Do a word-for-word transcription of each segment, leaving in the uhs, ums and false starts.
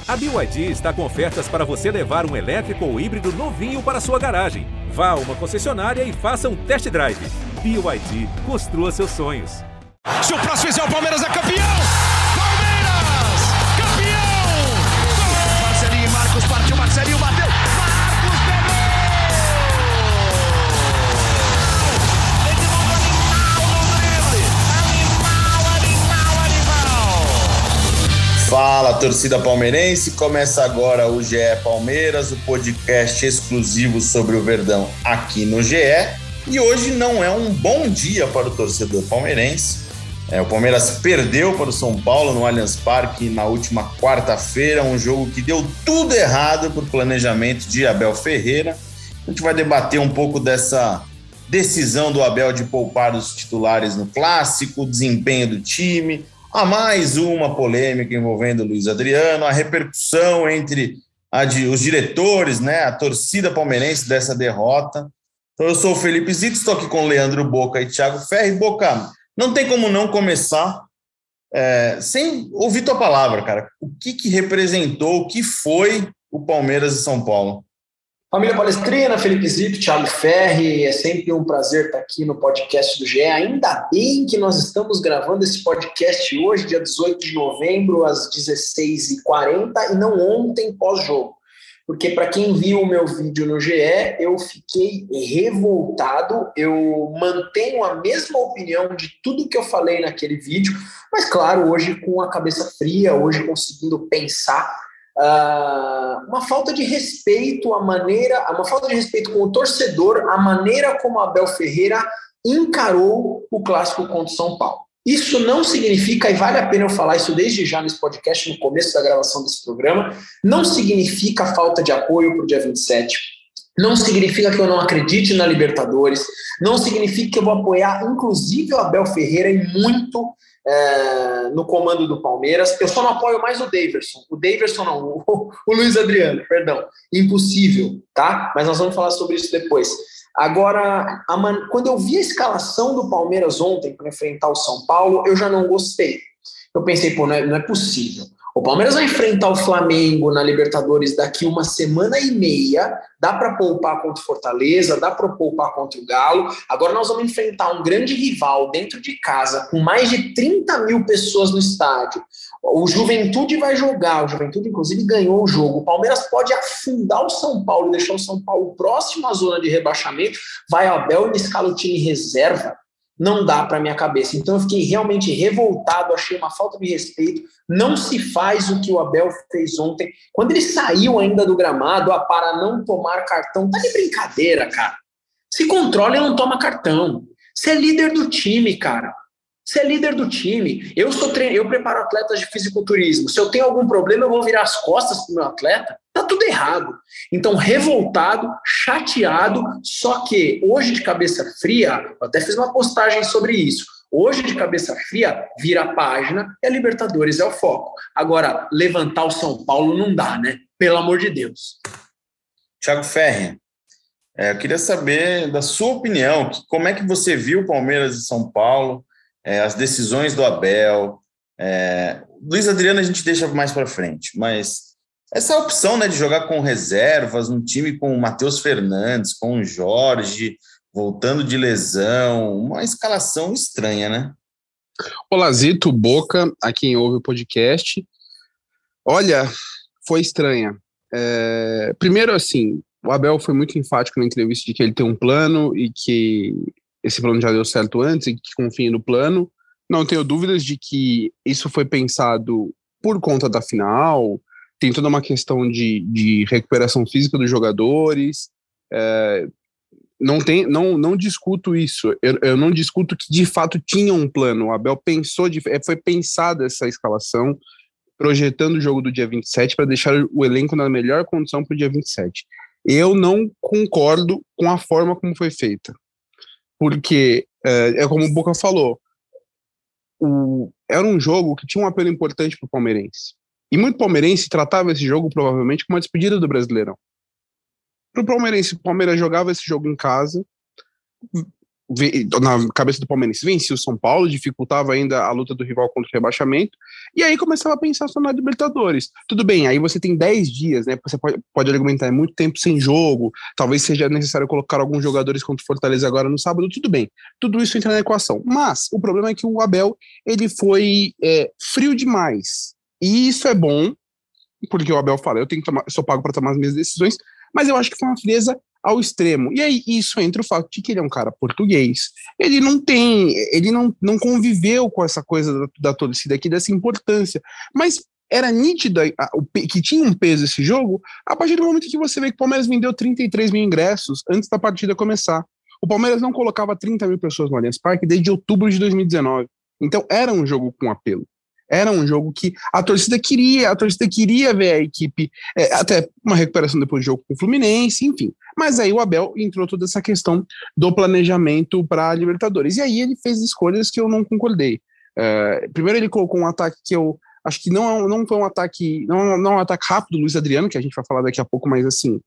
A B Y D está com ofertas para você levar um elétrico ou híbrido novinho para sua garagem. Vá a uma concessionária e faça um test drive. B Y D, construa seus sonhos. Se o próximo fizer, o Palmeiras é campeão! Palmeiras! Campeão! Marcelinho e Marcos, partiu Marcelinho, bateu! Marcos pegou! Edmundo animal no drible! Animal, animal, animal! Fala, torcida palmeirense! Começa agora o G E Palmeiras, o podcast exclusivo sobre o Verdão aqui no G E. E hoje não é um bom dia para o torcedor palmeirense. É, o Palmeiras perdeu para o São Paulo no Allianz Parque na última quarta-feira, um jogo que deu tudo errado por planejamento de Abel Ferreira. A gente vai debater um pouco dessa decisão do Abel de poupar os titulares no Clássico, o desempenho do time, a mais uma polêmica envolvendo o Luiz Adriano, a repercussão entre a de, os diretores, né, a torcida palmeirense dessa derrota. Então eu sou o Felipe Zito, estou aqui com o Leandro Boca e Thiago Ferri. Boca, não tem como não começar é, sem ouvir tua palavra, cara. O que, que representou, o que foi o Palmeiras e São Paulo? Família Palestrina, Felipe Zito, Thiago Ferri, é sempre um prazer estar aqui no podcast do G E. Ainda bem que nós estamos gravando esse podcast hoje, dia dezoito de novembro, às dezesseis e quarenta, e não ontem, pós-jogo. Porque para quem viu o meu vídeo no G E, eu fiquei revoltado, eu mantenho a mesma opinião de tudo que eu falei naquele vídeo, mas claro, hoje com a cabeça fria, hoje conseguindo pensar, uh, uma falta de respeito à maneira, uma falta de respeito com o torcedor, a maneira como Abel Ferreira encarou o clássico contra o São Paulo. Isso não significa, e vale a pena eu falar isso desde já nesse podcast, no começo da gravação desse programa, não significa falta de apoio para o dia vinte e sete, não significa que eu não acredite na Libertadores, não significa que eu vou apoiar, inclusive, o Abel Ferreira e muito é, no comando do Palmeiras. Eu só não apoio mais o Daverson, o Daverson não, o, o Luiz Adriano, perdão, impossível, tá? Mas nós vamos falar sobre isso depois. Agora, a man... quando eu vi a escalação do Palmeiras ontem para enfrentar o São Paulo, eu já não gostei. Eu pensei, pô, não é, não é possível. O Palmeiras vai enfrentar o Flamengo na Libertadores daqui uma semana e meia, dá para poupar contra o Fortaleza, dá para poupar contra o Galo. Agora nós vamos enfrentar um grande rival dentro de casa, com mais de trinta mil pessoas no estádio. O Juventude vai jogar, o Juventude inclusive ganhou o jogo. O Palmeiras pode afundar o São Paulo e deixar o São Paulo próximo à zona de rebaixamento. Vai Abel e escala o time reserva. Não dá para minha cabeça. Então eu fiquei realmente revoltado, achei uma falta de respeito. Não se faz o que o Abel fez ontem. Quando ele saiu ainda do gramado, ah, para não tomar cartão, tá de brincadeira, cara. Se controla e não toma cartão. Você é líder do time, cara. Você é líder do time. Eu sou treino, eu preparo atletas de fisiculturismo. Se eu tenho algum problema, eu vou virar as costas pro meu atleta. Tá tudo errado. Então, revoltado, chateado, só que hoje de cabeça fria, eu até fiz uma postagem sobre isso. Hoje de cabeça fria, vira a página e a Libertadores é o foco. Agora, levantar o São Paulo não dá, né? Pelo amor de Deus. Thiago Ferri, é, eu queria saber da sua opinião, como é que você viu o Palmeiras e São Paulo? É, as decisões do Abel, é, Luiz Adriano a gente deixa mais para frente, mas essa opção, né, de jogar com reservas, um time com o Matheus Fernandes, com o Jorge, voltando de lesão, uma escalação estranha, né? Olá, Zito, Boca, a quem ouve o podcast. Olha, foi estranha. É, primeiro, assim, o Abel foi muito enfático na entrevista de que ele tem um plano e que esse plano já deu certo antes e que confia no plano. Não tenho dúvidas de que isso foi pensado por conta da final, tem toda uma questão de, de recuperação física dos jogadores, é, não, tem, não, não discuto isso, eu, eu não discuto que de fato tinha um plano, o Abel pensou, de, foi pensada essa escalação, projetando o jogo do dia vinte e sete para deixar o elenco na melhor condição para o dia vinte e sete. Eu não concordo com a forma como foi feita. Porque, é, é como o Boca falou, o, era um jogo que tinha um apelo importante para o palmeirense. E muito palmeirense tratava esse jogo provavelmente como uma despedida do Brasileirão. Para o palmeirense, o Palmeiras jogava esse jogo em casa, na cabeça do Palmeirense, vencia o São Paulo, dificultava ainda a luta do rival contra o rebaixamento, e aí começava a pensar só na Libertadores. Tudo bem, aí você tem dez dias, né? Você pode, pode argumentar, é muito tempo sem jogo, talvez seja necessário colocar alguns jogadores contra o Fortaleza agora no sábado, tudo bem. Tudo isso entra na equação. Mas o problema é que o Abel, ele foi é, frio demais. E isso é bom, porque o Abel fala, eu tenho que tomar, sou pago para tomar as minhas decisões, mas eu acho que foi uma frieza ao extremo. E aí isso entra o fato de que ele é um cara português. Ele não tem, ele não, não conviveu com essa coisa da, da torcida aqui, dessa importância. Mas era nítido a, o, que tinha um peso esse jogo a partir do momento que você vê que o Palmeiras vendeu trinta e três mil ingressos antes da partida começar. O Palmeiras não colocava trinta mil pessoas no Allianz Parque desde outubro de dois mil e dezenove. Então era um jogo com apelo. Era um jogo que a torcida queria, a torcida queria ver a equipe, é, até uma recuperação depois do jogo com o Fluminense, enfim. Mas aí o Abel entrou toda essa questão do planejamento para a Libertadores. E aí ele fez escolhas que eu não concordei. É, primeiro ele colocou um ataque que eu acho que não, não foi um ataque, não, não é um ataque rápido do Luiz Adriano, que a gente vai falar daqui a pouco, mas assim,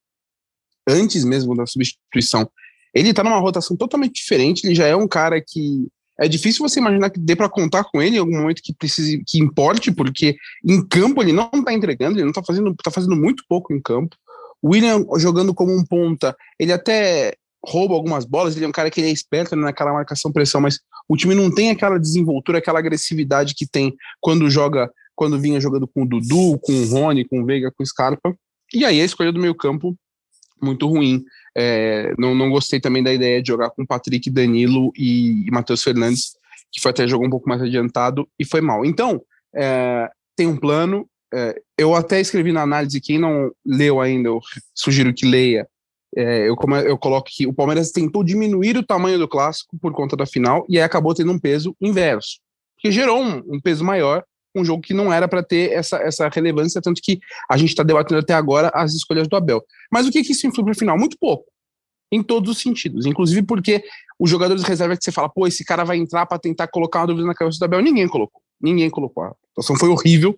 antes mesmo da substituição, ele tá numa rotação totalmente diferente, ele já é um cara que é difícil você imaginar que dê para contar com ele em algum momento que precise, que importe, porque em campo ele não tá entregando, ele não tá fazendo, tá fazendo muito pouco em campo. O William jogando como um ponta, ele até rouba algumas bolas, ele é um cara que ele é esperto naquela marcação-pressão, mas o time não tem aquela desenvoltura, aquela agressividade que tem quando joga, quando vinha jogando com o Dudu, com o Rony, com o Veiga, com o Scarpa. E aí a escolha do meio campo muito ruim. É, não, não gostei também da ideia de jogar com Patrick, Danilo e, e Matheus Fernandes, que foi até jogou um pouco mais adiantado e foi mal. Então, é, tem um plano. É, eu até escrevi na análise, quem não leu ainda, eu sugiro que leia. É, eu, eu coloco que o Palmeiras tentou diminuir o tamanho do clássico por conta da final e aí acabou tendo um peso inverso, que gerou um, um peso maior, um jogo que não era para ter essa, essa relevância, tanto que a gente está debatendo até agora as escolhas do Abel. Mas o que, que isso influi para o final? Muito pouco, em todos os sentidos, inclusive porque os jogadores de reserva que você fala, pô, esse cara vai entrar para tentar colocar uma dúvida na cabeça do Abel, ninguém colocou, ninguém colocou, a situação foi horrível,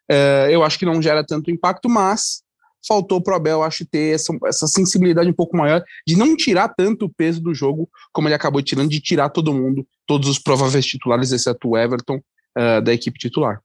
é, eu acho que não gera tanto impacto, mas faltou pro Abel, acho, ter essa, essa sensibilidade um pouco maior de não tirar tanto o peso do jogo como ele acabou tirando, de tirar todo mundo, todos os prováveis titulares, exceto o Everton, uh, da equipe titular.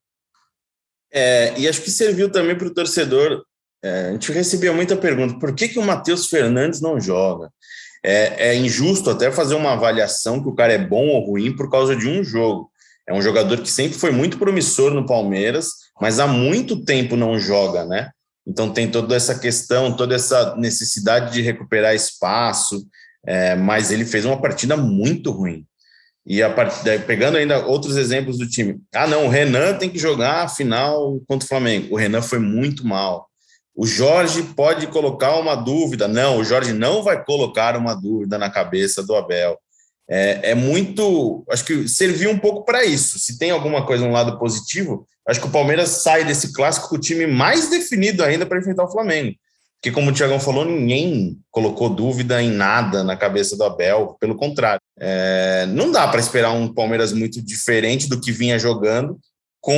É, e acho que serviu também para o torcedor. É, a gente recebia muita pergunta, por que, que o Matheus Fernandes não joga? É, é injusto até fazer uma avaliação que o cara é bom ou ruim por causa de um jogo. É um jogador que sempre foi muito promissor no Palmeiras, mas há muito tempo não joga, né? Então tem toda essa questão, toda essa necessidade de recuperar espaço, é, mas ele fez uma partida muito ruim. E a part... pegando ainda outros exemplos do time, ah não, o Renan tem que jogar a final contra o Flamengo, o Renan foi muito mal. O Jorge pode colocar uma dúvida, não, o Jorge não vai colocar uma dúvida na cabeça do Abel. É, é muito, acho que serviu um pouco para isso. Se tem alguma coisa, um lado positivo, acho que o Palmeiras sai desse clássico com o time mais definido ainda para enfrentar o Flamengo. Porque, como o Thiagão falou, ninguém colocou dúvida em nada na cabeça do Abel, pelo contrário. É, não dá para esperar um Palmeiras muito diferente do que vinha jogando com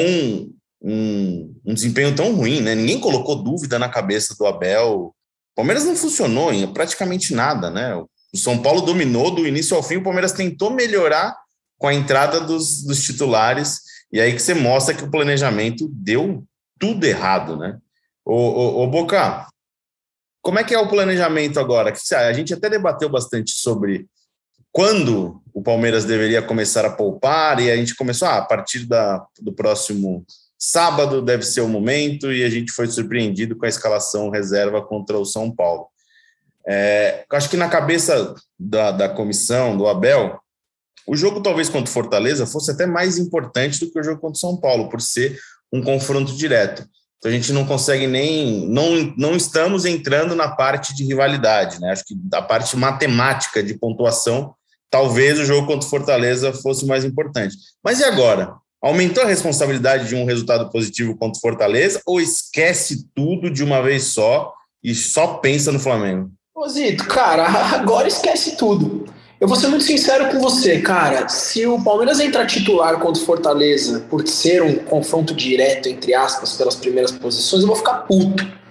um, um desempenho tão ruim, né? Ninguém colocou dúvida na cabeça do Abel. O Palmeiras não funcionou em praticamente nada, né? O São Paulo dominou do início ao fim, o Palmeiras tentou melhorar com a entrada dos, dos titulares, e aí que você mostra que o planejamento deu tudo errado, né? Ô, ô, ô Boca, como é que é o planejamento agora? A gente até debateu bastante sobre quando o Palmeiras deveria começar a poupar, e a gente começou, ah, a partir da, do próximo sábado deve ser o momento, e a gente foi surpreendido com a escalação reserva contra o São Paulo. É, acho que na cabeça da, da comissão, do Abel, o jogo talvez contra o Fortaleza fosse até mais importante do que o jogo contra o São Paulo, por ser um confronto direto. Então a gente não consegue nem, não, não estamos entrando na parte de rivalidade, né? Acho que a parte matemática de pontuação, talvez o jogo contra o Fortaleza fosse o mais importante. Mas e agora? Aumentou a responsabilidade de um resultado positivo contra o Fortaleza ou esquece tudo de uma vez só e só pensa no Flamengo? Ô Zito, cara, agora esquece tudo. Eu vou ser muito sincero com você, cara. Se o Palmeiras entrar titular contra o Fortaleza por ser um confronto direto, entre aspas, pelas primeiras posições, eu vou ficar puto. Eu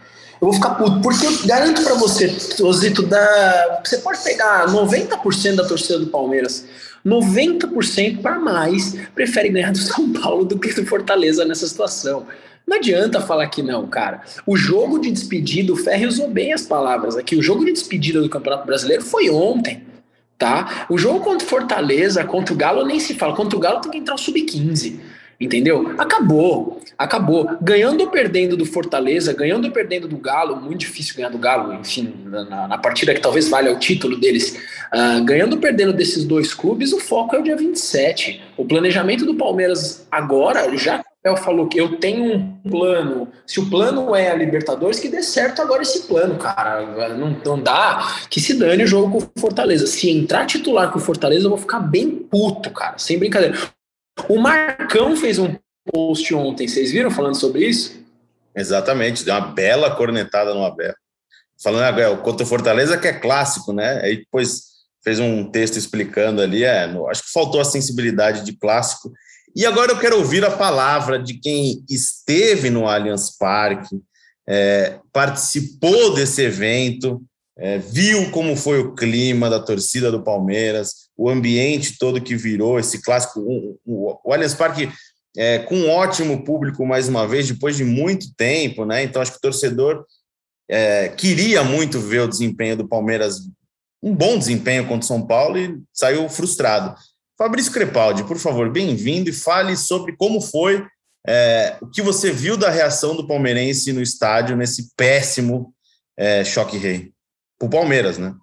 Eu vou ficar puto, porque eu garanto pra você, Zito, da... você pode pegar noventa por cento da torcida do Palmeiras, noventa por cento para mais prefere ganhar do São Paulo do que do Fortaleza nessa situação. Não adianta falar que não, cara. O jogo de despedida, o Ferri usou bem as palavras aqui, o jogo de despedida do Campeonato Brasileiro foi ontem, tá? O jogo contra o Fortaleza, contra o Galo, nem se fala. Contra o Galo tem que entrar o sub quinze. Entendeu? Acabou, acabou. Ganhando ou perdendo do Fortaleza, ganhando ou perdendo do Galo, muito difícil ganhar do Galo, enfim, na, na partida que talvez valha o título deles. Uh, ganhando ou perdendo desses dois clubes, o foco é o dia vinte e sete. O planejamento do Palmeiras agora, já que o Abel falou que eu tenho um plano, se o plano é a Libertadores, que dê certo agora esse plano, cara. Não, não dá que se dane o jogo com o Fortaleza. Se entrar titular com o Fortaleza, eu vou ficar bem puto, cara, sem brincadeira. O Marcão fez um post ontem, vocês viram falando sobre isso? Exatamente, deu uma bela cornetada no Abel. Falando Abel, contra o Fortaleza, que é clássico, né? Aí depois fez um texto explicando ali, é, no, acho que faltou a sensibilidade de clássico. E agora eu quero ouvir a palavra de quem esteve no Allianz Parque, é, participou desse evento, é, viu como foi o clima da torcida do Palmeiras, o ambiente todo que virou esse clássico, o, o, o Allianz Parque é, com um ótimo público mais uma vez, depois de muito tempo, né? Então acho que o torcedor é, queria muito ver o desempenho do Palmeiras, um bom desempenho contra o São Paulo, e saiu frustrado. Fabrício Crepaldi, por favor, bem-vindo e fale sobre como foi, é, o que você viu da reação do palmeirense no estádio nesse péssimo é, choque-rei. Para o Palmeiras, né?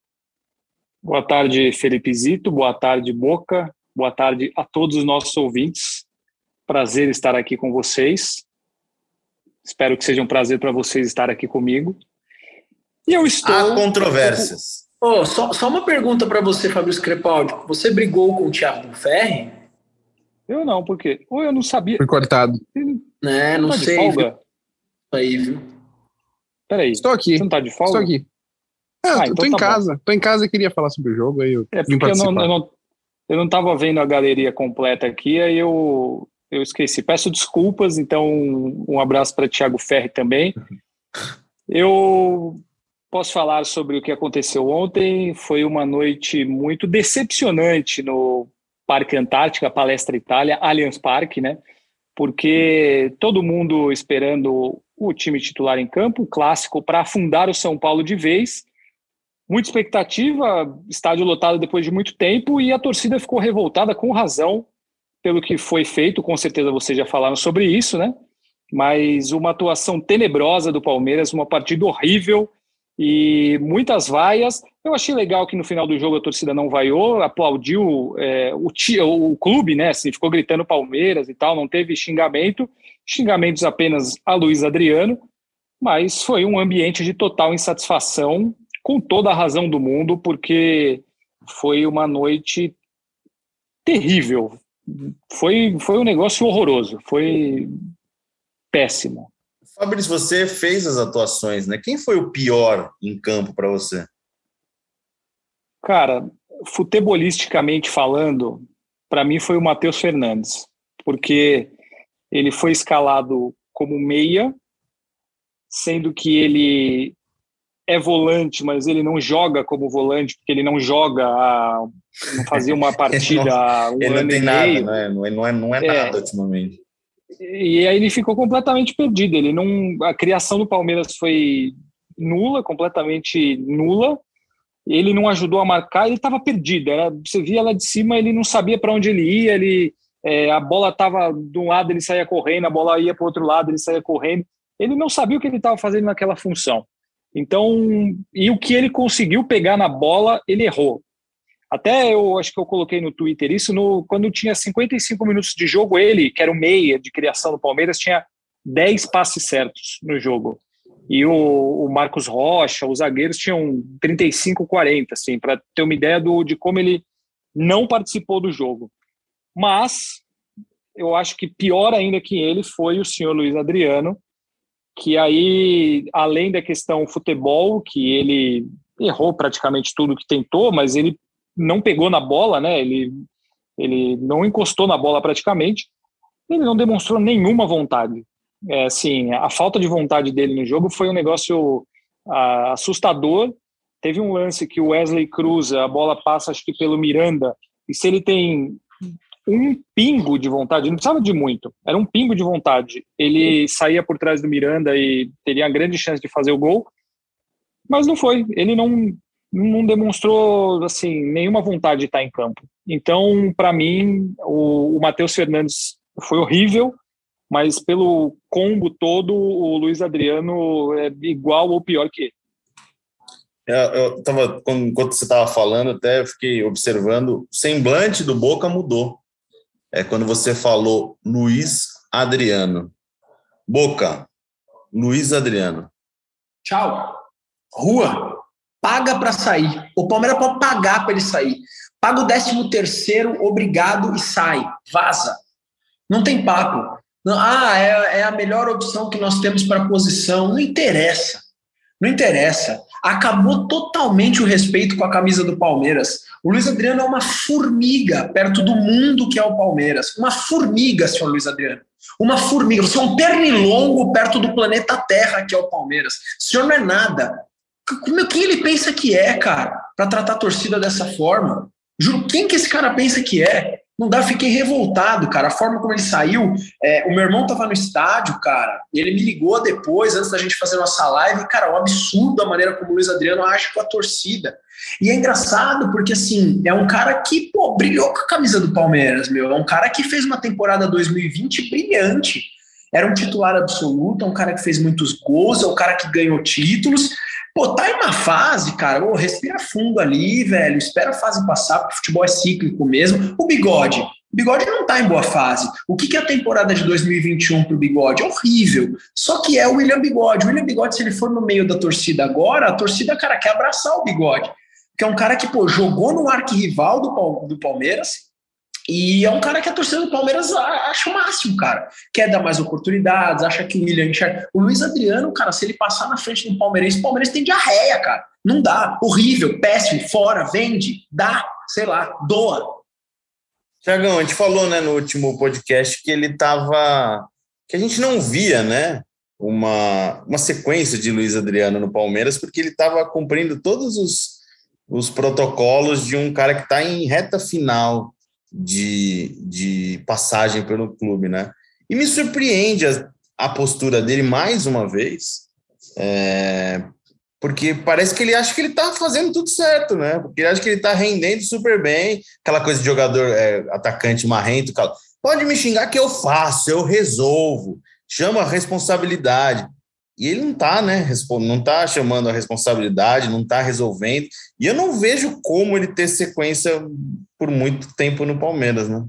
Boa tarde, Felipe Zito. Boa tarde, Boca. Boa tarde a todos os nossos ouvintes. Prazer estar aqui com vocês. Espero que seja um prazer para vocês estar aqui comigo. E eu estou... Há controvérsias. Oh, só, só uma pergunta para você, Fabrício Crepaldi. Você brigou com o Thiago Ferri? Eu não, por quê? Ou eu não sabia. Foi cortado. É, não tá sei. De folga? Aí, viu? Peraí. Estou aqui. Você não tá de folga? Estou aqui. É, ah, então tô em tá casa. Bom. Tô em casa e queria falar sobre o jogo. Aí eu é porque eu não, eu, não, eu não tava vendo a galeria completa aqui, aí eu, eu esqueci. Peço desculpas, então um abraço para Thiago Ferri também. Eu posso falar sobre o que aconteceu ontem. Foi uma noite muito decepcionante no Parque Antártica, Palestra Itália, Allianz Parque, né? Porque todo mundo esperando o time titular em campo, clássico para afundar o São Paulo de vez. Muita expectativa, estádio lotado depois de muito tempo, e a torcida ficou revoltada com razão pelo que foi feito. Com certeza vocês já falaram sobre isso, né? Mas uma atuação tenebrosa do Palmeiras, uma partida horrível e muitas vaias. Eu achei legal que no final do jogo a torcida não vaiou, aplaudiu é, o, o clube, né? Assim, ficou gritando Palmeiras e tal, não teve xingamento, xingamentos apenas a Luiz Adriano, mas foi um ambiente de total insatisfação, com toda a razão do mundo, porque foi uma noite terrível. Foi, foi um negócio horroroso, foi péssimo. Fabrício, você fez as atuações, né? Quem foi o pior em campo para você? Cara, futebolisticamente falando, para mim foi o Matheus Fernandes, porque ele foi escalado como meia, sendo que ele é volante, mas ele não joga como volante, porque ele não joga, a, não fazia uma partida há um ele ano não tem e nada, meio. Né? Não é, não é, não é, é nada ultimamente. E aí ele ficou completamente perdido. Ele não, a criação do Palmeiras foi nula, completamente nula. Ele não ajudou a marcar, ele estava perdido. Era, você via lá de cima, ele não sabia para onde ele ia, ele, é, a bola estava de um lado, ele saía correndo, a bola ia para o outro lado, ele saía correndo. Ele não sabia o que ele estava fazendo naquela função. Então, e o que ele conseguiu pegar na bola, ele errou. Até eu acho que eu coloquei no Twitter isso, no, quando tinha cinquenta e cinco minutos de jogo, ele, que era o meia de criação do Palmeiras, tinha dez passes certos no jogo. E o, o Marcos Rocha, os zagueiros tinham trinta e cinco, quarenta, assim, para ter uma ideia do, de como ele não participou do jogo. Mas eu acho que pior ainda que ele foi o senhor Luiz Adriano, que aí, além da questão futebol, que ele errou praticamente tudo que tentou, mas ele não pegou na bola, né? Ele, ele não encostou na bola praticamente, ele não demonstrou nenhuma vontade. É, assim, a falta de vontade dele no jogo foi um negócio uh, assustador. Teve um lance que o Wesley cruza, a bola passa acho que pelo Miranda, e se ele tem um pingo de vontade, não precisava de muito, era um pingo de vontade, ele saía por trás do Miranda e teria a grande chance de fazer o gol, mas não foi, ele não, não demonstrou assim, nenhuma vontade de estar em campo. Então, para mim, o, o Matheus Fernandes foi horrível, mas pelo combo todo, o Luiz Adriano é igual ou pior que ele. Eu, eu tava, enquanto você estava falando, até fiquei observando, o semblante do Boca mudou. É quando você falou Luiz Adriano. Boca, Luiz Adriano. Tchau. Rua, paga para sair. O Palmeiras pode pagar para ele sair. Paga o décimo terceiro, obrigado, e sai. Vaza. Não tem papo. Não, ah, é, é a melhor opção que nós temos para a posição. Não interessa. Não interessa. Acabou totalmente o respeito com a camisa do Palmeiras. O Luiz Adriano é uma formiga perto do mundo que é o Palmeiras. Uma formiga, senhor Luiz Adriano. Uma formiga. Você é um pernilongo perto do planeta Terra que é o Palmeiras. O senhor não é nada. Quem ele pensa que é, cara, para tratar a torcida dessa forma? Juro, quem que esse cara pensa que é? Não dá, fiquei revoltado, cara. A forma como ele saiu, é, o meu irmão tava no estádio, cara, e ele me ligou depois, antes da gente fazer nossa live, e, cara, um absurdo a maneira como o Luiz Adriano age com a torcida. E é engraçado porque, assim, é um cara que, pô, brilhou com a camisa do Palmeiras, meu. É um cara que fez uma temporada dois mil e vinte brilhante. Era um titular absoluto, é um cara que fez muitos gols, é um cara que ganhou títulos. Pô, tá em uma fase, cara, ô, respira fundo ali, velho, espera a fase passar, porque o futebol é cíclico mesmo. O Bigode, o Bigode não tá em boa fase. O que que é a temporada de dois mil e vinte e um pro Bigode? É horrível. Só que é o William Bigode. O William Bigode, se ele for no meio da torcida agora, a torcida, cara, quer abraçar o Bigode. Que é um cara que, pô, jogou no arquirrival do, do Palmeiras, e é um cara que a torcida do Palmeiras acha o máximo, cara. Quer dar mais oportunidades, acha que o William enxerga. O Luiz Adriano, cara, se ele passar na frente do palmeirense, o Palmeirense tem diarreia, cara. Não dá. Horrível, péssimo, fora, vende, dá, sei lá, doa. Tiagão, a gente falou, né, no último podcast que ele tava... que a gente não via, né, uma, uma sequência de Luiz Adriano no Palmeiras, porque ele estava cumprindo todos os, os protocolos de um cara que está em reta final De, de passagem pelo clube, né? E me surpreende a, a postura dele mais uma vez, é, porque parece que ele acha que ele tá fazendo tudo certo, né? Porque ele acha que ele tá rendendo super bem, aquela coisa de jogador é, atacante marrento, pode me xingar que eu faço, eu resolvo, chama a responsabilidade. E ele não tá, né? Não tá chamando a responsabilidade, não tá resolvendo. E eu não vejo como ele ter sequência por muito tempo no Palmeiras, né?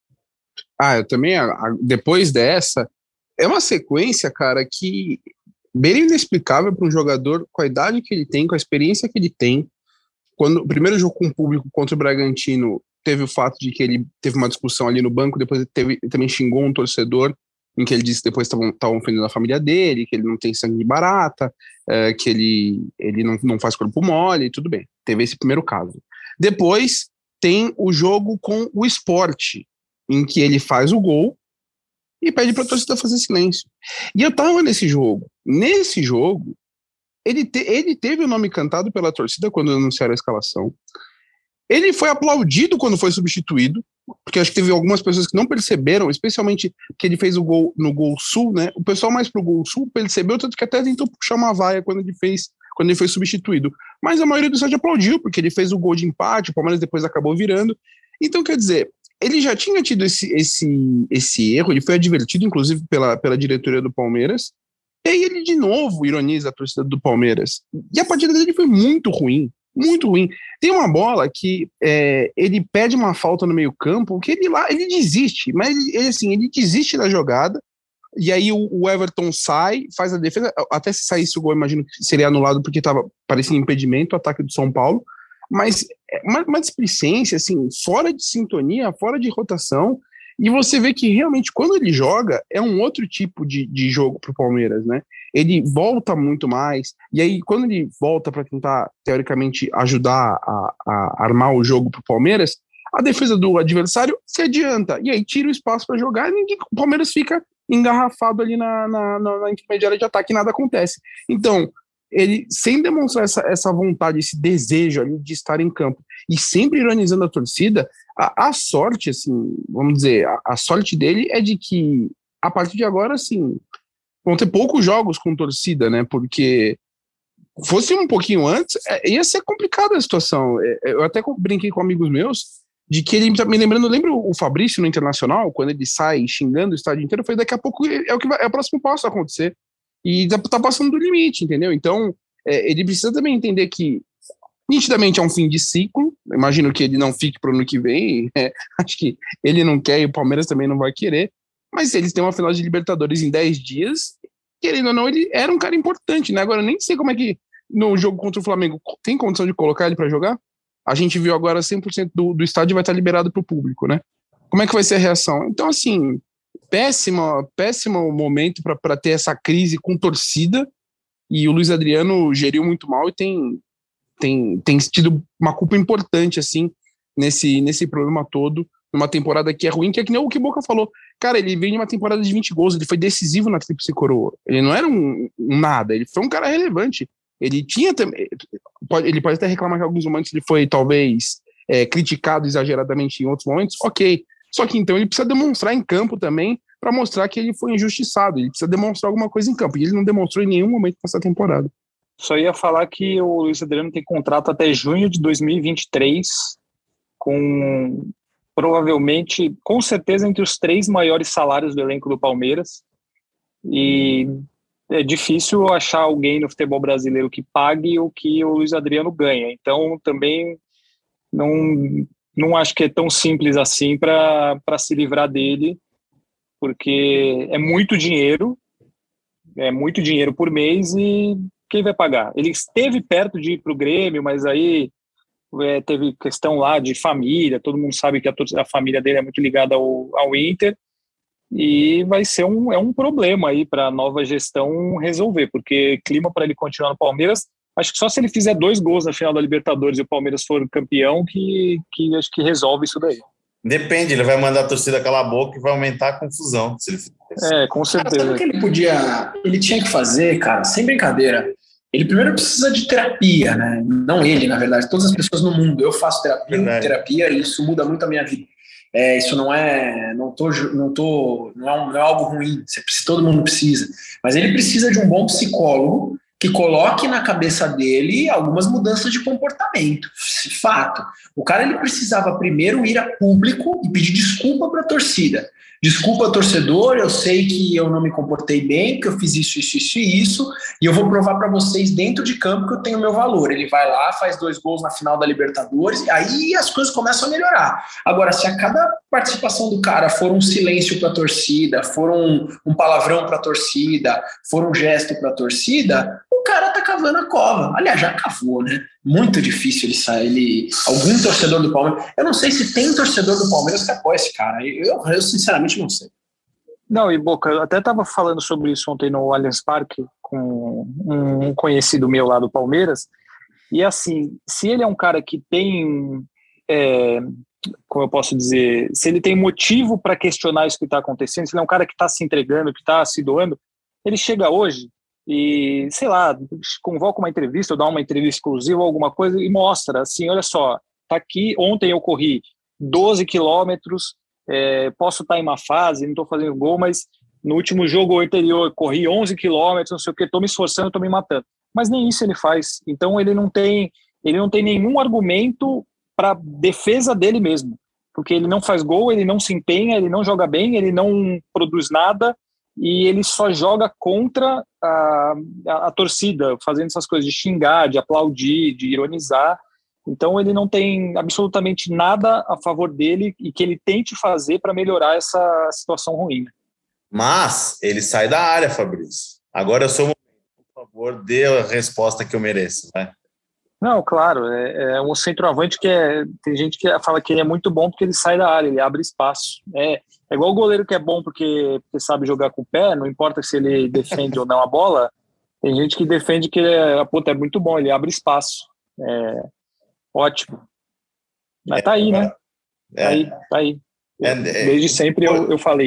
Ah, eu também, depois dessa, é uma sequência, cara, que bem inexplicável para um jogador com a idade que ele tem, com a experiência que ele tem. Quando o primeiro jogo com o público contra o Bragantino, teve o fato de que ele teve uma discussão ali no banco, depois ele, teve, ele também xingou um torcedor, em que ele disse que depois estavam ofendendo a família dele, que ele não tem sangue de barata, é, que ele, ele não, não faz corpo mole, tudo bem. Teve esse primeiro caso. Depois tem o jogo com o Sport, em que ele faz o gol e pede para a torcida fazer silêncio. E eu tava nesse jogo. Nesse jogo, ele, te, ele teve o nome cantado pela torcida quando anunciaram a escalação. Ele foi aplaudido quando foi substituído, porque acho que teve algumas pessoas que não perceberam, especialmente que ele fez o gol no Gol Sul, né? O pessoal mais pro Gol Sul percebeu, tanto que até tentou puxar uma vaia quando ele fez, quando ele foi substituído. Mas a maioria do estádio aplaudiu, porque ele fez o gol de empate, o Palmeiras depois acabou virando. Então, quer dizer, ele já tinha tido esse, esse, esse erro, ele foi advertido, inclusive, pela, pela diretoria do Palmeiras, e aí ele de novo ironiza a torcida do Palmeiras. E a partida dele foi muito ruim. Muito ruim. Tem uma bola que é, ele pede uma falta no meio campo, que ele lá, ele desiste, mas ele, ele, assim, ele desiste da jogada, e aí o, o Everton sai, faz a defesa, até se saísse o gol, imagino que seria anulado, porque tava, parecia impedimento, o ataque do São Paulo, mas uma, uma displicência, assim, fora de sintonia, fora de rotação, e você vê que realmente quando ele joga, é um outro tipo de, de jogo pro Palmeiras, né? Ele volta muito mais, e aí quando ele volta para tentar, teoricamente, ajudar a, a armar o jogo pro Palmeiras, a defesa do adversário se adianta, e aí tira o espaço para jogar, e o Palmeiras fica engarrafado ali na, na, na, na intermediária de ataque e nada acontece. Então, ele, sem demonstrar essa, essa vontade, esse desejo ali de estar em campo, e sempre ironizando a torcida, a, a sorte, assim, vamos dizer, a, a sorte dele é de que, a partir de agora, assim, vão ter poucos jogos com torcida, né, porque fosse um pouquinho antes, ia ser complicada a situação. Eu até brinquei com amigos meus, de que ele tá me lembrando, lembra o Fabrício no Internacional, quando ele sai xingando o estádio inteiro, foi daqui a pouco é o que vai, é o próximo passo a acontecer. E tá, tá passando do limite, entendeu? Então, é, ele precisa também entender que nitidamente é um fim de ciclo. Imagino que ele não fique pro ano que vem. É, acho que ele não quer e o Palmeiras também não vai querer. Mas eles têm uma final de Libertadores em dez dias. Querendo ou não, ele era um cara importante, né? Agora, eu nem sei como é que no jogo contra o Flamengo tem condição de colocar ele para jogar. A gente viu agora cem por cento do, do estádio vai estar liberado para o público, né? Como é que vai ser a reação? Então, assim, péssima, péssimo momento para ter essa crise com torcida, e o Luiz Adriano geriu muito mal e tem, tem, tem tido uma culpa importante, assim, nesse, nesse problema todo, numa temporada que é ruim, que é que nem o que Boca falou. Cara, ele veio de uma temporada de vinte gols, ele foi decisivo na Tríplice Coroa. Ele não era um, um nada, ele foi um cara relevante. Ele tinha também. Ele pode até reclamar que em alguns momentos ele foi, talvez, é, criticado exageradamente em outros momentos, ok. Só que então ele precisa demonstrar em campo também, para mostrar que ele foi injustiçado. Ele precisa demonstrar alguma coisa em campo. E ele não demonstrou em nenhum momento nessa temporada. Só ia falar que o Luiz Adriano tem contrato até junho de dois mil e vinte e três, com provavelmente, com certeza, entre os três maiores salários do elenco do Palmeiras. E é difícil achar alguém no futebol brasileiro que pague o que o Luiz Adriano ganha. Então, também não, não acho que é tão simples assim para se livrar dele, porque é muito dinheiro, é muito dinheiro por mês, e quem vai pagar? Ele esteve perto de ir para o Grêmio, mas aí é, teve questão lá de família, todo mundo sabe que a, a família dele é muito ligada ao, ao Inter, e vai ser um, é um problema aí para a nova gestão resolver, porque clima para ele continuar no Palmeiras, acho que só se ele fizer dois gols na final da Libertadores e o Palmeiras for campeão, que, que acho que resolve isso daí. Depende, ele vai mandar a torcida calar a boca e vai aumentar a confusão. Se ele fizer. É, com certeza. Cara, sabe o que ele podia, ele tinha que fazer, cara, sem brincadeira? Ele primeiro precisa de terapia, né? Não ele, na verdade, todas as pessoas no mundo. Eu faço terapia, verdade. terapia e isso muda muito a minha vida. É, isso não é, não tô, não tô, não é, um, não é algo ruim. Você precisa, todo mundo precisa. Mas ele precisa de um bom psicólogo que coloque na cabeça dele algumas mudanças de comportamento. Fato. O cara ele precisava primeiro ir a público e pedir desculpa para a torcida. Desculpa, torcedor, eu sei que eu não me comportei bem, que eu fiz isso, isso, isso e isso, e eu vou provar para vocês dentro de campo que eu tenho meu valor. Ele vai lá, faz dois gols na final da Libertadores, e aí as coisas começam a melhorar. Agora, se a cada participação do cara for um silêncio para a torcida, for um, um palavrão para a torcida, for um gesto para a torcida, o cara tá cavando a cova. Aliás, já cavou, né? Muito difícil ele sair. Ele, algum torcedor do Palmeiras... Eu não sei se tem torcedor do Palmeiras que apoia esse cara. Eu, eu sinceramente não sei. Não, e Boca, eu até estava falando sobre isso ontem no Allianz Parque com um conhecido meu lá do Palmeiras. E assim, se ele é um cara que tem... É, como eu posso dizer? Se ele tem motivo para questionar isso que está acontecendo, se ele é um cara que está se entregando, que está se doando, ele chega hoje e, sei lá, convoca uma entrevista ou dá uma entrevista exclusiva ou alguma coisa e mostra, assim, olha só, tá aqui, ontem eu corri doze quilômetros, é, posso estar em uma fase, não estou fazendo gol, mas no último jogo anterior corri onze quilômetros, não sei o que, estou me esforçando, estou me matando. Mas nem isso ele faz, então ele não tem, ele não tem nenhum argumento para defesa dele mesmo, porque ele não faz gol, ele não se empenha, ele não joga bem, ele não produz nada, e ele só joga contra a, a, a torcida, fazendo essas coisas de xingar, de aplaudir, de ironizar. Então ele não tem absolutamente nada a favor dele e que ele tente fazer para melhorar essa situação ruim. Mas ele sai da área, Fabrício. Agora eu sou, por favor, dê a resposta que eu mereço, né? Não, claro, é, é um centroavante que é, tem gente que fala que ele é muito bom porque ele sai da área, ele abre espaço. É, é igual o goleiro que é bom porque, porque sabe jogar com o pé, não importa se ele defende ou não a bola, tem gente que defende que ele é, puta, é muito bom, ele abre espaço. É, ótimo. Mas tá aí, né? Tá aí, tá aí. É, Desde sempre eu, eu falei.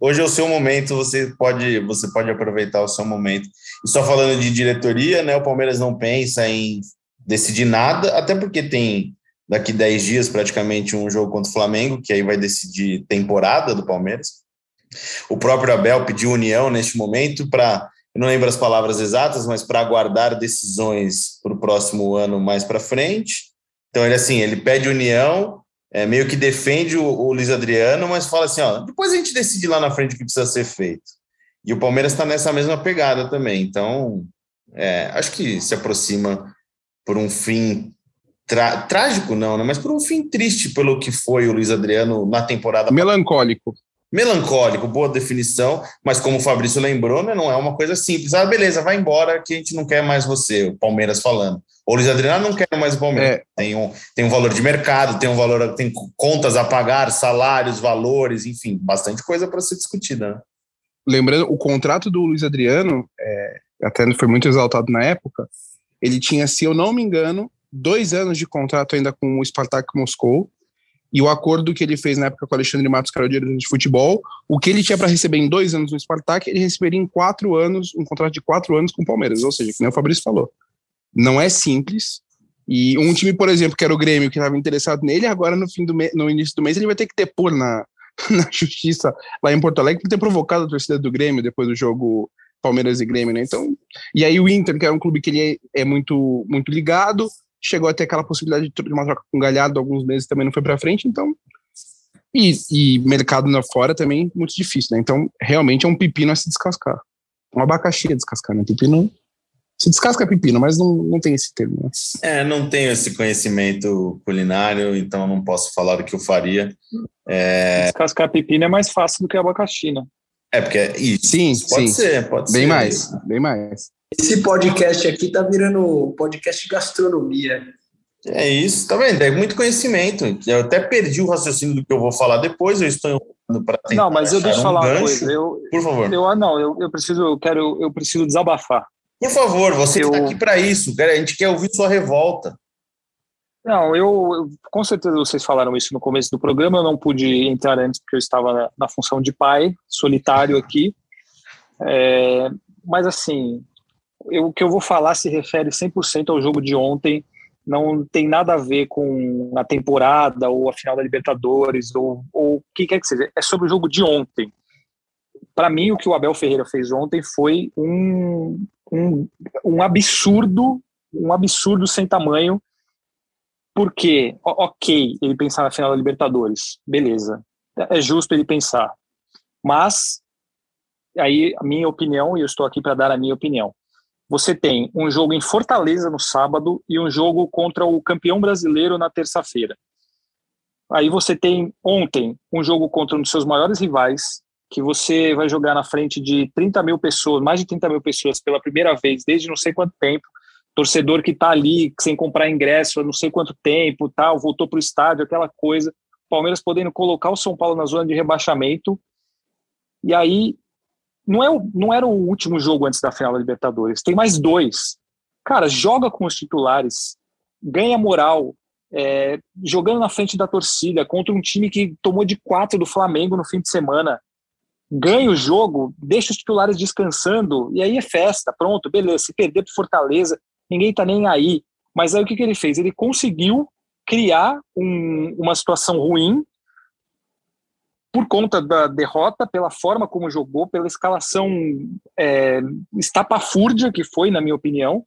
hoje é o seu momento, você pode, você pode aproveitar o seu momento. E só falando de diretoria, né, o Palmeiras não pensa em decidir nada, até porque tem daqui dez dias praticamente um jogo contra o Flamengo, que aí vai decidir temporada do Palmeiras. O próprio Abel pediu união neste momento para, eu não lembro as palavras exatas, mas para aguardar decisões para o próximo ano mais para frente. Então ele assim, ele pede união, é, meio que defende o, o Luiz Adriano, mas fala assim, ó, depois a gente decide lá na frente o que precisa ser feito. E o Palmeiras está nessa mesma pegada também. Então, é, acho que se aproxima por um fim tra- trágico, não, né? Mas por um fim triste pelo que foi o Luiz Adriano na temporada. Melancólico. Melancólico, boa definição, mas como o Fabrício lembrou, né, não é uma coisa simples. Ah, beleza, vai embora que a gente não quer mais você, o Palmeiras falando. O Luiz Adriano não quer mais o Palmeiras. É. Tem, um, tem um valor de mercado, tem um valor, tem contas a pagar, salários, valores, enfim, bastante coisa para ser discutida. Né? Lembrando, o contrato do Luiz Adriano, é, até foi muito exaltado na época, ele tinha, se eu não me engano, dois anos de contrato ainda com o Spartak Moscou, e o acordo que ele fez na época com o Alexandre Matos, que era o diretor de futebol, o que ele tinha para receber em dois anos no Spartak, ele receberia em quatro anos, um contrato de quatro anos com o Palmeiras, ou seja, que nem o Fabrício falou. Não é simples, e um time, por exemplo, que era o Grêmio, que estava interessado nele, agora no, fim do me- no início do mês ele vai ter que depor na, na justiça lá em Porto Alegre, por ter provocado a torcida do Grêmio depois do jogo Palmeiras e Grêmio, né? Então, e aí o Inter, que é um clube que ele é, é muito, muito ligado, chegou a ter aquela possibilidade de uma troca com o Galhardo alguns meses, também não foi para frente, então e, e mercado lá fora também muito difícil, né? Então realmente é um pepino a se descascar, um abacaxi a descascar, né? Pepino se descasca pepino, mas não, não tem esse termo, né? É, não tenho esse conhecimento culinário, então não posso falar o que eu faria. É... Descascar pepino é mais fácil do que abacaxi, né? É, porque isso, sim, pode sim. ser, pode bem ser. mais, bem mais. Esse podcast aqui tá virando podcast de gastronomia. É isso, tá vendo? É muito conhecimento. Eu até perdi o raciocínio do que eu vou falar depois, eu estou enrolando para tentar. Não, mas eu deixo um falar gancho. uma coisa. Eu, Por favor. Eu, não, eu, eu preciso, eu quero, eu preciso desabafar. Por favor, você eu... está aqui para isso, a gente quer ouvir sua revolta. Não, eu, eu, com certeza vocês falaram isso no começo do programa, eu não pude entrar antes porque eu estava na, na função de pai, solitário aqui, é, mas assim, eu, o que eu vou falar se refere cem por cento ao jogo de ontem, não tem nada a ver com a temporada ou a final da Libertadores ou, ou o que quer que seja, é sobre o jogo de ontem. Para mim, o que o Abel Ferreira fez ontem foi um, um, um absurdo, um absurdo sem tamanho, porque, ok, ele pensar na final da Libertadores, beleza, é justo ele pensar, mas, aí a minha opinião, e eu estou aqui para dar a minha opinião, você tem um jogo em Fortaleza no sábado e um jogo contra o campeão brasileiro na terça-feira. Aí você tem ontem um jogo contra um dos seus maiores rivais, que você vai jogar na frente de trinta mil pessoas, mais de trinta mil pessoas pela primeira vez desde não sei quanto tempo, torcedor que está ali sem comprar ingresso há não sei quanto tempo, tal, voltou para o estádio, aquela coisa, Palmeiras podendo colocar o São Paulo na zona de rebaixamento, e aí não, é o, não era o último jogo antes da final da Libertadores, tem mais dois. Cara, joga com os titulares, ganha moral, é, jogando na frente da torcida, contra um time que tomou de quatro do Flamengo no fim de semana, ganha o jogo, deixa os titulares descansando, e aí é festa, pronto, beleza, se perder para Fortaleza, ninguém tá nem aí. Mas aí o que, que ele fez? Ele conseguiu criar um, uma situação ruim por conta da derrota, pela forma como jogou, pela escalação é, estapafúrdia que foi, na minha opinião,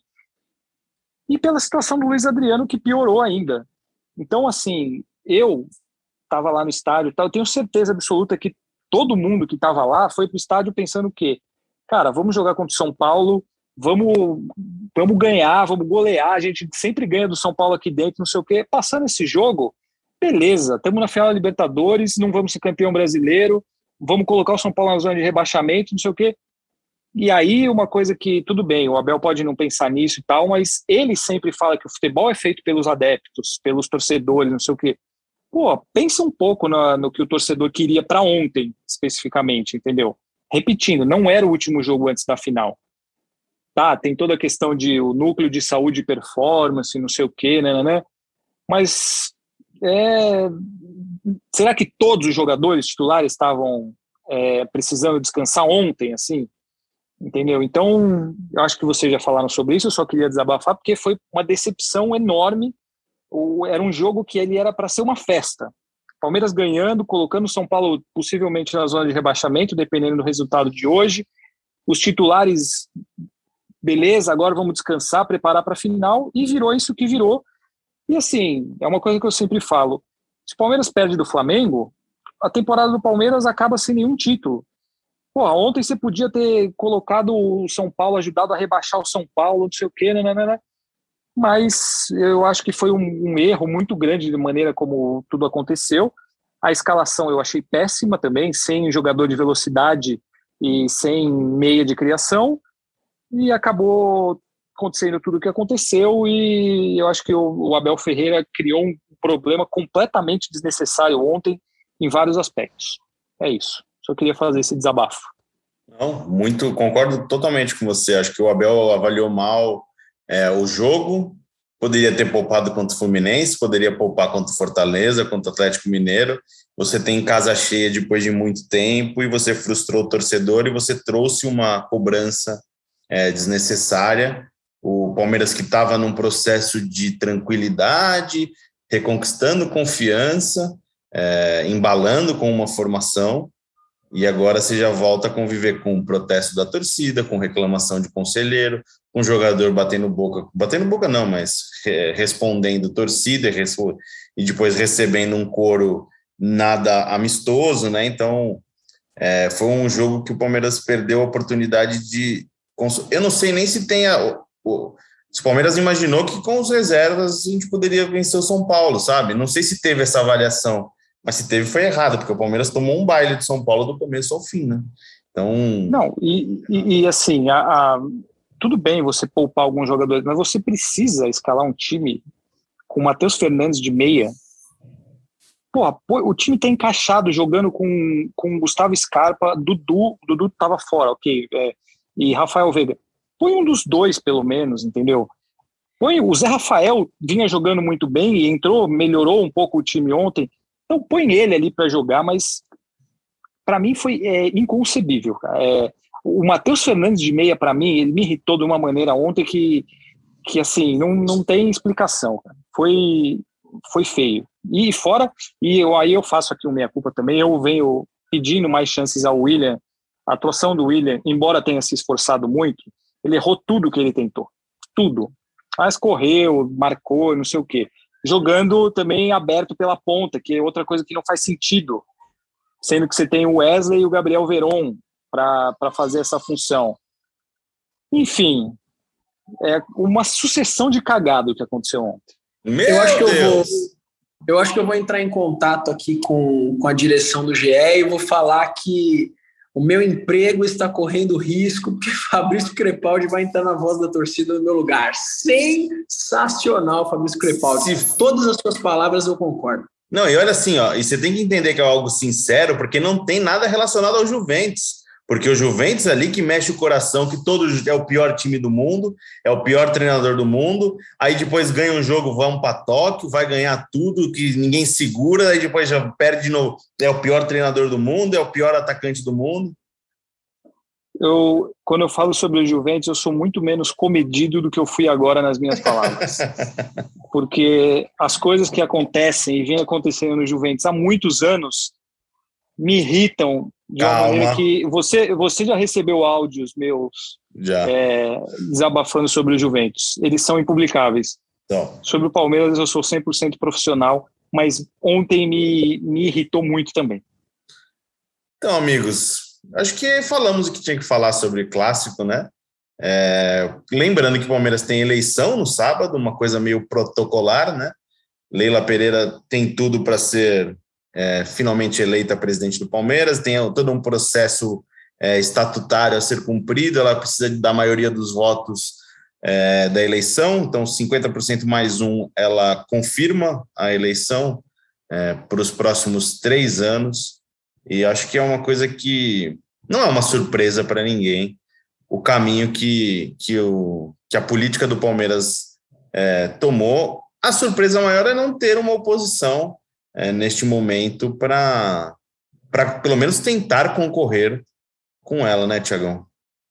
e pela situação do Luiz Adriano, que piorou ainda. Então, assim, eu estava lá no estádio, eu tenho certeza absoluta que todo mundo que estava lá foi para o estádio pensando o quê? Cara, vamos jogar contra o São Paulo, vamos, vamos ganhar, vamos golear, a gente sempre ganha do São Paulo aqui dentro, não sei o quê. Passando esse jogo, beleza, estamos na final da Libertadores, não vamos ser campeão brasileiro, vamos colocar o São Paulo na zona de rebaixamento, não sei o quê. E aí uma coisa que, tudo bem, o Abel pode não pensar nisso e tal, mas ele sempre fala que o futebol é feito pelos adeptos, pelos torcedores, não sei o quê. Pô, pensa um pouco no, no que o torcedor queria para ontem, especificamente, entendeu? Repetindo, não era o último jogo antes da final. Tá, tem toda a questão de o núcleo de saúde e performance, não sei o quê, né, né, né? Mas é, será que todos os jogadores titulares estavam é, precisando descansar ontem, assim, entendeu? Então, eu acho que vocês já falaram sobre isso, eu só queria desabafar, porque foi uma decepção enorme. O, era um jogo que ele era para ser uma festa. Palmeiras ganhando, colocando o São Paulo possivelmente na zona de rebaixamento, dependendo do resultado de hoje. Os titulares, beleza, agora vamos descansar, preparar para a final, e virou isso que virou. E assim, é uma coisa que eu sempre falo, se o Palmeiras perde do Flamengo, a temporada do Palmeiras acaba sem nenhum título. Porra, ontem você podia ter colocado o São Paulo, ajudado a rebaixar o São Paulo, não sei o quê, nananana. Mas eu acho que foi um, um erro muito grande de maneira como tudo aconteceu. A escalação eu achei péssima também, sem jogador de velocidade e sem meia de criação, e acabou acontecendo tudo o que aconteceu, e eu acho que o, o Abel Ferreira criou um problema completamente desnecessário ontem em vários aspectos. É isso. Só queria fazer esse desabafo. Não, muito, concordo totalmente com você. Acho que o Abel avaliou mal é, o jogo, poderia ter poupado contra o Fluminense, poderia poupar contra o Fortaleza, contra o Atlético Mineiro. Você tem casa cheia depois de muito tempo e você frustrou o torcedor e você trouxe uma cobrança é, desnecessária. O Palmeiras, que estava num processo de tranquilidade, reconquistando confiança, é, embalando com uma formação, e agora você já volta a conviver com o protesto da torcida, com reclamação de conselheiro, com jogador batendo boca, batendo boca não, mas é, respondendo torcida e depois recebendo um coro nada amistoso, né? Então, é, foi um jogo que o Palmeiras perdeu a oportunidade de... Eu não sei nem se tem a... O, o Palmeiras imaginou que com os reservas a gente poderia vencer o São Paulo, sabe? Não sei se teve essa avaliação, mas se teve foi errado, porque o Palmeiras tomou um baile de São Paulo do começo ao fim, né? Então... Não, e, e, e assim, a, a, tudo bem você poupar alguns jogadores, mas você precisa escalar um time com o Matheus Fernandes de meia. Porra, o time tá encaixado jogando com, com Gustavo Scarpa, Dudu, Dudu tava fora, ok, é, e Rafael Veiga. Põe um dos dois, pelo menos, entendeu? Põe, o Zé Rafael vinha jogando muito bem e entrou, melhorou um pouco o time ontem. Então põe ele ali para jogar, mas para mim foi é, inconcebível. É, o Matheus Fernandes de meia, para mim, ele me irritou de uma maneira ontem que, que assim, não, não tem explicação. Cara. Foi, foi feio. E fora, e eu, aí eu faço aqui uma meia-culpa também, eu venho pedindo mais chances ao William. A atuação do William, embora tenha se esforçado muito, ele errou tudo que ele tentou. Tudo. Mas correu, marcou, não sei o quê. Jogando também aberto pela ponta, que é outra coisa que não faz sentido. Sendo que você tem o Wesley e o Gabriel Veron para fazer essa função. Enfim, é uma sucessão de cagado que aconteceu ontem. Meu eu acho que Deus! eu vou, eu acho que eu vou entrar em contato aqui com, com a direção do G E e vou falar que o meu emprego está correndo risco porque Fabrício Crepaldi vai entrar na voz da torcida no meu lugar. Sensacional, Fabrício Crepaldi. Se todas as suas palavras eu concordo. Não, e olha assim, ó, e você tem que entender que é algo sincero, porque não tem nada relacionado ao Juventus. Porque o Juventus ali que mexe o coração, que todo é o pior time do mundo, é o pior treinador do mundo, aí depois ganha um jogo, vamos para Tóquio, vai ganhar tudo, que ninguém segura, aí depois já perde de novo, é o pior treinador do mundo, é o pior atacante do mundo. Eu, quando eu falo sobre o Juventus, eu sou muito menos comedido do que eu fui agora nas minhas palavras. Porque as coisas que acontecem e vêm acontecendo no Juventus há muitos anos me irritam de uma Calma. maneira que... Você, você já recebeu áudios meus Já. É, desabafando sobre o Juventus. Eles são impublicáveis. Então. Sobre o Palmeiras eu sou cem por cento profissional, mas ontem me, me irritou muito também. Então, amigos, acho que falamos o que tinha que falar sobre clássico, né? É, lembrando que o Palmeiras tem eleição no sábado, uma coisa meio protocolar, né? Leila Pereira tem tudo para ser é, finalmente eleita presidente do Palmeiras, tem todo um processo é, estatutário a ser cumprido, ela precisa da maioria dos votos é, da eleição, então cinquenta por cento mais um, ela confirma a eleição é, para os próximos três anos, e acho que é uma coisa que não é uma surpresa para ninguém, o caminho que, que, o, que a política do Palmeiras é, tomou. A surpresa maior é não ter uma oposição é, neste momento para para pelo menos tentar concorrer com ela, né, Tiagão?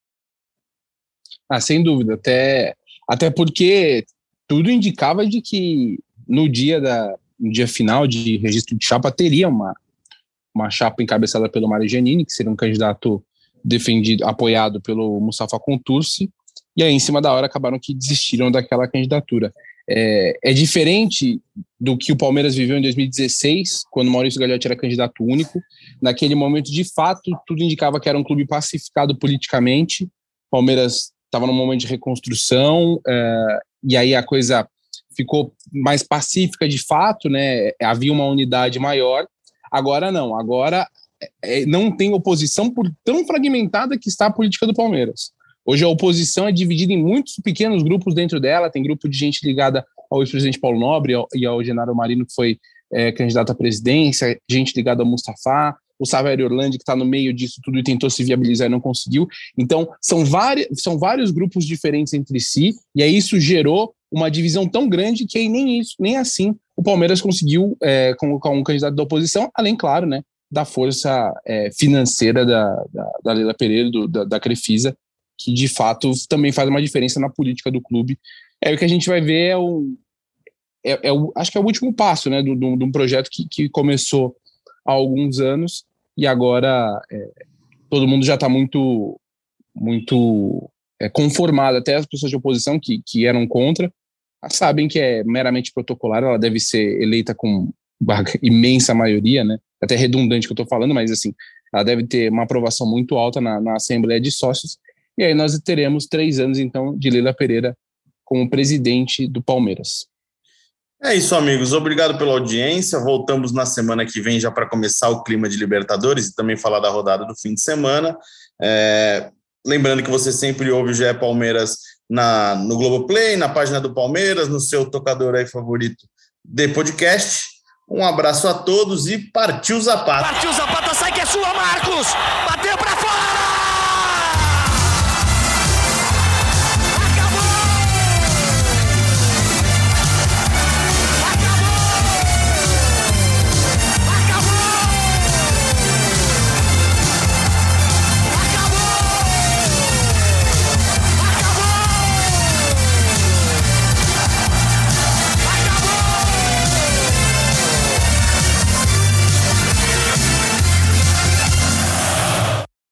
Ah, sem dúvida, até, até porque tudo indicava de que no dia, da, no dia final de registro de chapa teria uma, uma chapa encabeçada pelo Mário Giannini, que seria um candidato defendido, apoiado pelo Mustafa Contursi, e aí em cima da hora acabaram que desistiram daquela candidatura. É, é diferente do que o Palmeiras viveu em dois mil e dezesseis, quando o Maurício Gagliotti era candidato único. Naquele momento, de fato, tudo indicava que era um clube pacificado politicamente. O Palmeiras estava num momento de reconstrução, é, e aí a coisa ficou mais pacífica de fato, né? Havia uma unidade maior. Agora não, agora é, não tem oposição por tão fragmentada que está a política do Palmeiras. Hoje a oposição é dividida em muitos pequenos grupos dentro dela, tem grupo de gente ligada ao ex-presidente Paulo Nobre e ao Genaro Marino, que foi é, candidato à presidência, gente ligada ao Mustafa, o Savério Orlandi, que está no meio disso tudo e tentou se viabilizar e não conseguiu. Então, são, várias, são vários grupos diferentes entre si, e aí isso gerou uma divisão tão grande que aí nem, isso, nem assim o Palmeiras conseguiu é, colocar um candidato da oposição, além, claro, né, da força é, financeira da, da, da Leila Pereira, do, da, da Crefisa, que de fato também faz uma diferença na política do clube. É o que a gente vai ver, é o, é, é o acho que é o último passo, né, de um projeto que, que começou há alguns anos e agora é, todo mundo já está muito, muito é, conformado, até as pessoas de oposição que, que eram contra, sabem que é meramente protocolar, ela deve ser eleita com imensa maioria, né, até redundante que eu estou falando, mas assim, ela deve ter uma aprovação muito alta na, na Assembleia de Sócios. E aí nós teremos três anos, então, de Leila Pereira como presidente do Palmeiras. É isso, amigos. Obrigado pela audiência. Voltamos na semana que vem já para começar o clima de Libertadores e também falar da rodada do fim de semana. É... Lembrando que você sempre ouve o G E Palmeiras na, no Globoplay, na página do Palmeiras, no seu tocador aí favorito de podcast. Um abraço a todos e partiu Zapata. Partiu Zapata, sai que é sua, Marcos! Bateu para fora!